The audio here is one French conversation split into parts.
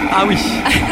Ah oui.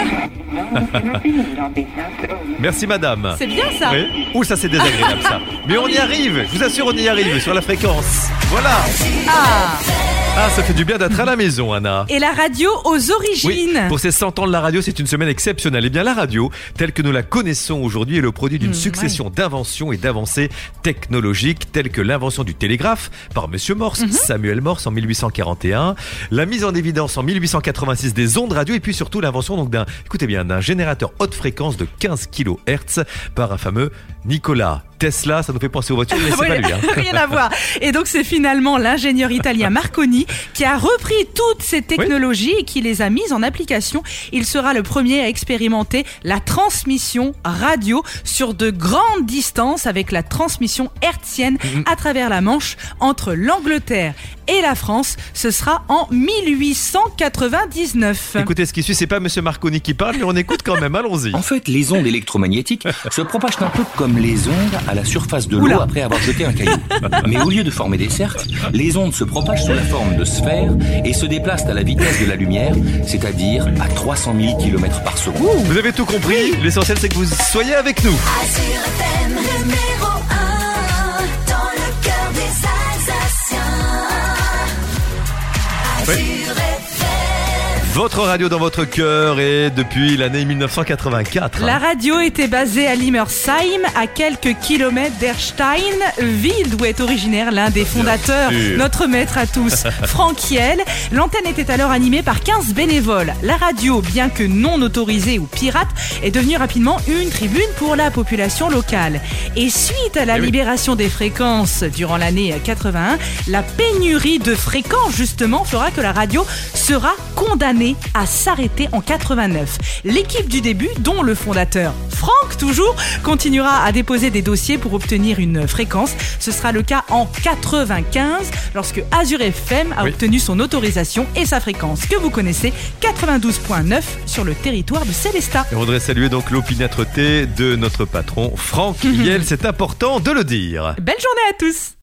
Merci madame. C'est bien ça. Oui. Ouh, ça c'est désagréable ça. Mais on y arrive, je vous assure on y arrive sur la fréquence. Voilà. Ah, ça fait du bien d'être à la maison, Anna. Et la radio aux origines. Oui, pour ces 100 ans de la radio, c'est une semaine exceptionnelle. Eh bien, la radio, telle que nous la connaissons aujourd'hui, est le produit d'une succession d'inventions et d'avancées technologiques, telles que l'invention du télégraphe par Monsieur Morse, Samuel Morse en 1841, la mise en évidence en 1886 des ondes radio, et puis surtout l'invention donc d'un générateur haute fréquence de 15 kHz par un fameux Nikola Tesla. Ça nous fait penser aux voitures, mais c'est pas lui. Rien à voir. Et donc c'est finalement l'ingénieur italien Marconi qui a repris toutes ces technologies et qui les a mises en application. Il sera le premier à expérimenter la transmission radio sur de grandes distances avec la transmission hertzienne à travers la Manche entre l'Angleterre et la France. Ce sera en 1899. Écoutez, ce qui suit, c'est pas Monsieur Marconi qui parle, mais on écoute quand même. Allons-y. En fait, les ondes électromagnétiques se propagent un peu comme les ondes à la surface de l'eau après avoir jeté un caillou. Mais au lieu de former des cercles, les ondes se propagent sous la forme de sphères et se déplacent à la vitesse de la lumière, c'est-à-dire à 300 000 km par seconde. Vous avez tout compris. L'essentiel, c'est que vous soyez avec nous. Azur FM, numéro 1, dans le cœur des Alsaciens. Azur FM. Votre radio dans votre cœur et depuis l'année 1984. La radio était basée à Limmersheim, à quelques kilomètres d'Erstein, ville d'où est originaire l'un des fondateurs, notre maître à tous, Franck Hiel. L'antenne était alors animée par 15 bénévoles. La radio, bien que non autorisée ou pirate, est devenue rapidement une tribune pour la population locale. Et suite à la libération des fréquences durant l'année 81, la pénurie de fréquences justement fera que la radio sera condamnée à s'arrêter en 89. L'équipe du début, dont le fondateur Franck toujours, continuera à déposer des dossiers pour obtenir une fréquence. Ce sera le cas en 95 lorsque Azur FM a obtenu son autorisation et sa fréquence que vous connaissez, 92.9 sur le territoire de Célestat. Et on voudrait saluer donc l'opiniâtreté de notre patron Franck Hiel, c'est important de le dire. Belle journée à tous.